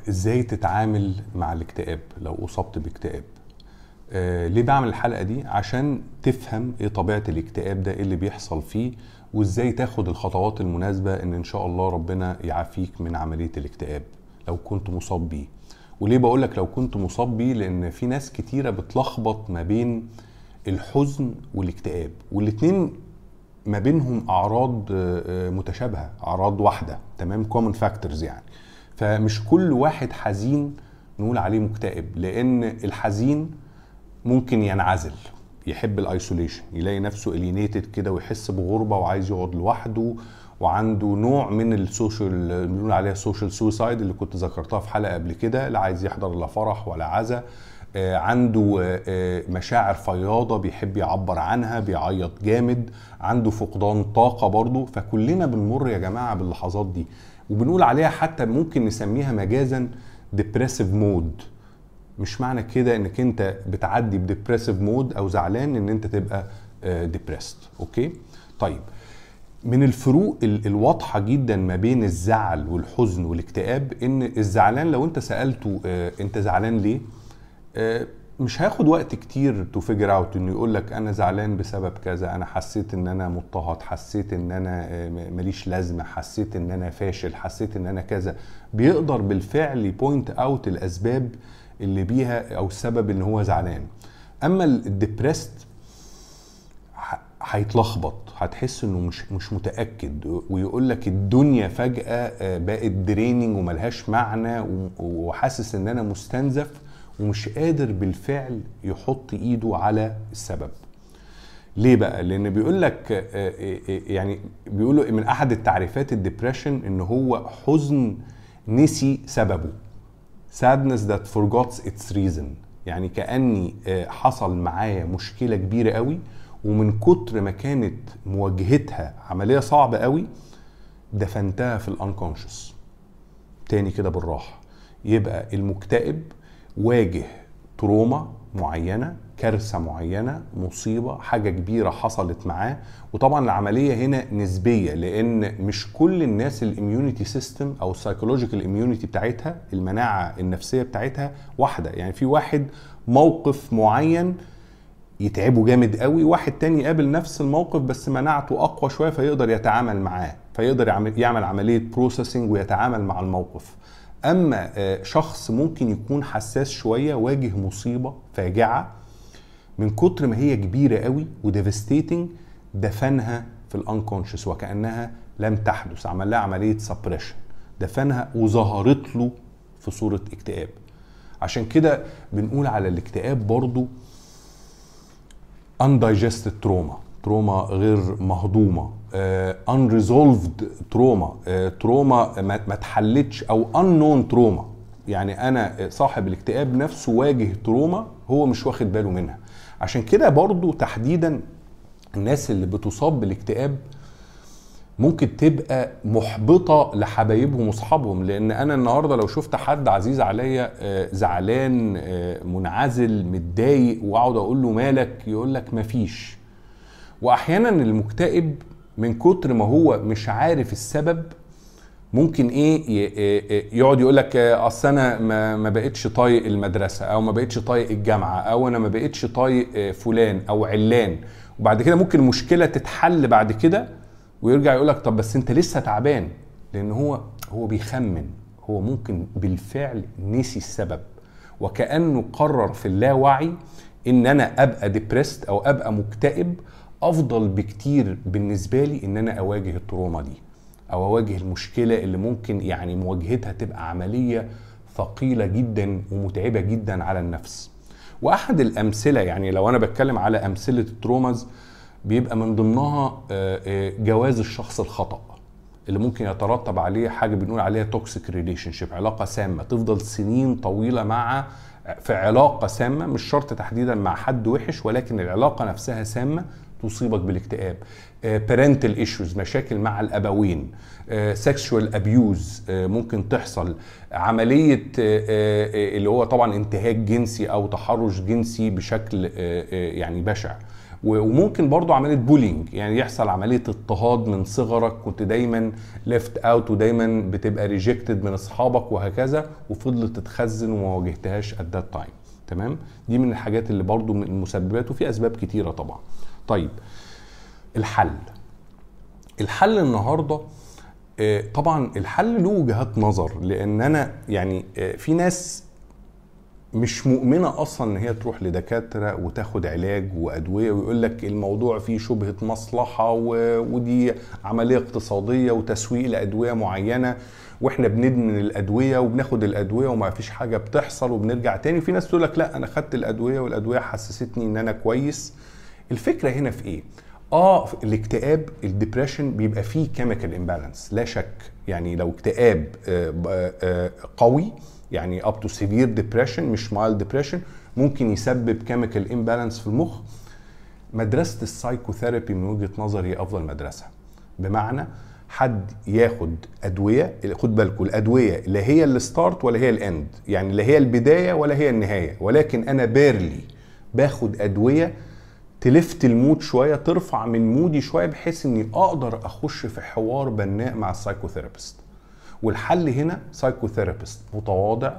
ازاي تتعامل مع الاكتئاب لو اصبت باكتئاب؟ ليه بعمل الحلقة دي؟ عشان تفهم ايه طبيعة الاكتئاب ده، ايه اللي بيحصل فيه، وازاي تاخد الخطوات المناسبة ان شاء الله ربنا يعافيك من عملية الاكتئاب لو كنت مصاب بيه. وليه بقولك لو كنت مصاب بيه؟ لان في ناس كتيرة بتلخبط ما بين الحزن والاكتئاب، والاتنين ما بينهم اعراض متشابهة، اعراض واحدة، تمام، common factors يعني. فمش كل واحد حزين نقول عليه مكتئب، لان الحزين ممكن ينعزل، يحب الايسوليشن، يلاقي نفسه الينيتد كده ويحس بغربة وعايز يقعد لوحده، وعنده نوع من السوشيال، بنقول عليها سوشيال سوسايد اللي كنت ذكرتها في حلقة قبل كده، لا عايز يحضر لا فرح ولا عزا، عنده مشاعر فياضة بيحب يعبر عنها، بيعيط جامد، عنده فقدان طاقة برضو. فكلنا بنمر يا جماعة باللحظات دي، وبنقول عليها حتى ممكن نسميها مجازا depressive mode. مش معنى كده انك انت بتعدي بديبريسيف مود او زعلان ان انت تبقى ديبريست. اوكي، طيب، من الفروق الواضحة جدا ما بين الزعل والحزن والاكتئاب ان الزعلان لو انت سألته انت زعلان ليه، مش هياخد وقت كتير تو فيجر اوت انه يقول لك انا زعلان بسبب كذا، انا حسيت ان انا مضطهد، حسيت ان انا ماليش لازمه، حسيت ان انا فاشل، حسيت ان انا كذا. بيقدر بالفعل يبوينت اوت الاسباب اللي بيها او السبب ان هو زعلان. اما الديبريست هيتلخبط، هتحس انه مش متاكد، ويقول لك الدنيا فجاه بقت دريننج وملهاش معنى، وحاسس ان انا مستنزف ومش قادر بالفعل يحط ايده على السبب. ليه بقى؟ لان بيقول لك يعني بيقولوا من احد التعريفات الديبريشن ان هو حزن نسي سببه، sadness that forgot its reason. يعني كأني حصل معايا مشكلة كبيرة قوي، ومن كتر ما كانت مواجهتها عملية صعبة قوي دفنتها في الانكونشس. تاني كده بالراحة، يبقى المكتئب واجه تروما معينة، كارثة معينة، مصيبة، حاجة كبيرة حصلت معاه. وطبعا العملية هنا نسبية، لان مش كل الناس الاميونيتي سيستم او السايكولوجيكال اميونيتي بتاعتها، المناعة النفسية بتاعتها واحدة. يعني في واحد موقف معين يتعبه جامد قوي، واحد تاني يقابل نفس الموقف بس مناعته اقوى شوية فيقدر يتعامل معاه، فيقدر يعمل عملية بروسيسنج ويتعامل مع الموقف. اما شخص ممكن يكون حساس شوية، واجه مصيبة فاجعة من كتر ما هي كبيرة قوي وديفستيتنج، دفنها في الانكونشس وكأنها لم تحدث، عمل لها عملية سبريشن، دفنها وظهرت له في صورة اكتئاب. عشان كده بنقول على الاكتئاب برضو undigested trauma، تروما غير مهضومة، unresolved تروما، تروما ما اتحلتش، او unknown تروما. يعني انا صاحب الاكتئاب نفسه واجه تروما هو مش واخد باله منها. عشان كده برضو تحديدا الناس اللي بتصاب بالاكتئاب ممكن تبقى محبطة لحبايبهم واصحابهم. لان انا النهاردة لو شفت حد عزيز عليا زعلان، منعزل، متضايق، واقعد اقول له مالك، يقول لك مفيش. واحيانا المكتئب من كتر ما هو مش عارف السبب ممكن يقعد يقول لك اصل انا ما بقتش طايق المدرسه، او ما بقتش طايق الجامعه، او انا ما بقتش طايق فلان او علان. وبعد كده ممكن المشكله تتحل بعد كده ويرجع يقول لك طب بس انت لسه تعبان، لان هو بيخمن، هو ممكن بالفعل نسي السبب، وكأنه قرر في اللاوعي ان انا ابقى ديبريست او ابقى مكتئب افضل بكتير بالنسبه لي ان انا اواجه التروما دي، او اواجه المشكله اللي ممكن يعني مواجهتها تبقى عمليه ثقيله جدا ومتعبه جدا على النفس. واحد الامثله، يعني لو انا بتكلم على امثله التروماز، بيبقى من ضمنها جواز الشخص الخطأ اللي ممكن يترتب عليه حاجه بنقول عليها توكسيك ريليشن شيب، علاقه سامه تفضل سنين طويله في علاقه سامه، مش شرط تحديدا مع حد وحش، ولكن العلاقه نفسها سامه تصيبك بالاكتئاب. parental issues، مشاكل مع الابوين، sexual abuse ممكن تحصل، عمليه اللي هو طبعا انتهاك جنسي او تحرش جنسي بشكل يعني بشع، وممكن برضو عمليه بولينج، يعني يحصل عمليه اضطهاد من صغرك، كنت دايما ليفت اوت ودايما بتبقى ريجكتد من اصحابك وهكذا، وفضلت تتخزن وما واجهتهاش ات ذات تايم. تمام، دي من الحاجات اللي برضو من المسببات، وفي اسباب كتيره طبعا. طيب الحل النهارده، طبعا الحل له وجهات نظر، لان انا يعني في ناس مش مؤمنه اصلا ان هي تروح لدكاتره وتاخد علاج وادويه، ويقول لك الموضوع فيه شبهه مصلحه ودي عمليه اقتصاديه وتسويق لادويه معينه، واحنا بندمن الادويه وبناخد الادويه وما فيش حاجه بتحصل وبنرجع تاني. في ناس تقول لك لا انا خدت الادويه والادويه حسستني ان انا كويس. الفكره هنا في ايه؟ الاكتئاب الديبريشن بيبقى فيه كيميكال امبالانس لا شك، يعني لو اكتئاب قوي يعني up to severe depression مش mild depression ممكن يسبب chemical imbalance في المخ. مدرسة السايكوثيرابي من وجهة نظري هي أفضل مدرسة، بمعنى حد ياخد أدوية، خد بالكم الأدوية لا هي الستارت ولا هي الأند، يعني لا هي البداية ولا هي النهاية، ولكن أنا بيرلي باخد أدوية تلفت المود شوية، ترفع من مودي شوية، بحيث اني اقدر اخش في حوار بناء مع السايكوثيرابيست. والحل هنا سايكوثيرابيست متواضع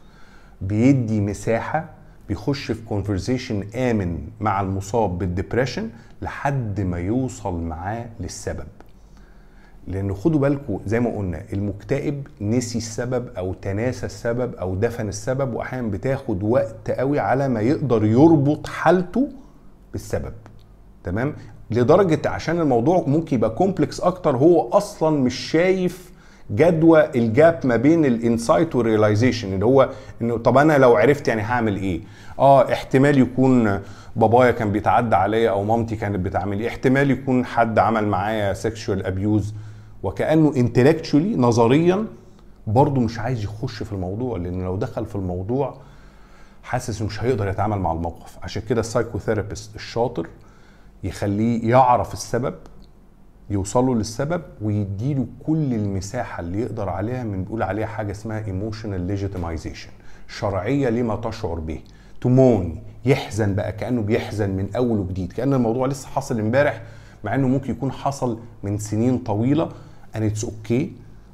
بيدي مساحة، بيخش في كونفرزيشن آمن مع المصاب بالديبريشن لحد ما يوصل معاه للسبب. لأنه خدوا بالكم زي ما قلنا المكتئب نسي السبب أو تناسى السبب أو دفن السبب، وأحيانا بتاخد وقت قوي على ما يقدر يربط حالته بالسبب. تمام، لدرجة عشان الموضوع ممكن يبقى كومبلكس أكتر، هو أصلا مش شايف جدوى الجاب ما بين الانسايت والريلايزيشن، اللي هو انه طب انا لو عرفت يعني هعمل ايه؟ احتمال يكون بابايا كان بيتعدى عليا او مامتي كانت بتعمل ايه، احتمال يكون حد عمل معايا سيكشوال ابيوز، وكانه انتلكتشولي نظريا برضه مش عايز يخش في الموضوع، لان لو دخل في الموضوع حاسس مش هيقدر يتعامل مع الموقف. عشان كده السايكوثيرابيست الشاطر يخليه يعرف السبب، يوصلوا للسبب ويديله كل المساحة اللي يقدر عليها، من بيقول عليها حاجة اسمها emotional legitimization، شرعية لما تشعر به. تمون يحزن بقى كأنه بيحزن من أول وجديد، كأن الموضوع لسه حصل امبارح، مع أنه ممكن يكون حصل من سنين طويلة. and it's okay.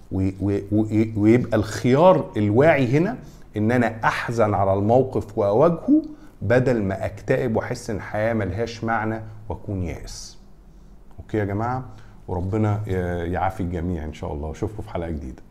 ويبقى الخيار الواعي هنا ان انا احزن على الموقف واواجهه، بدل ما اكتئب واحس ان الحياة ملهاش معنى واكون يائس. اوكي يا جماعة، وربنا يعافي الجميع ان شاء الله. اشوفكم في حلقة جديدة.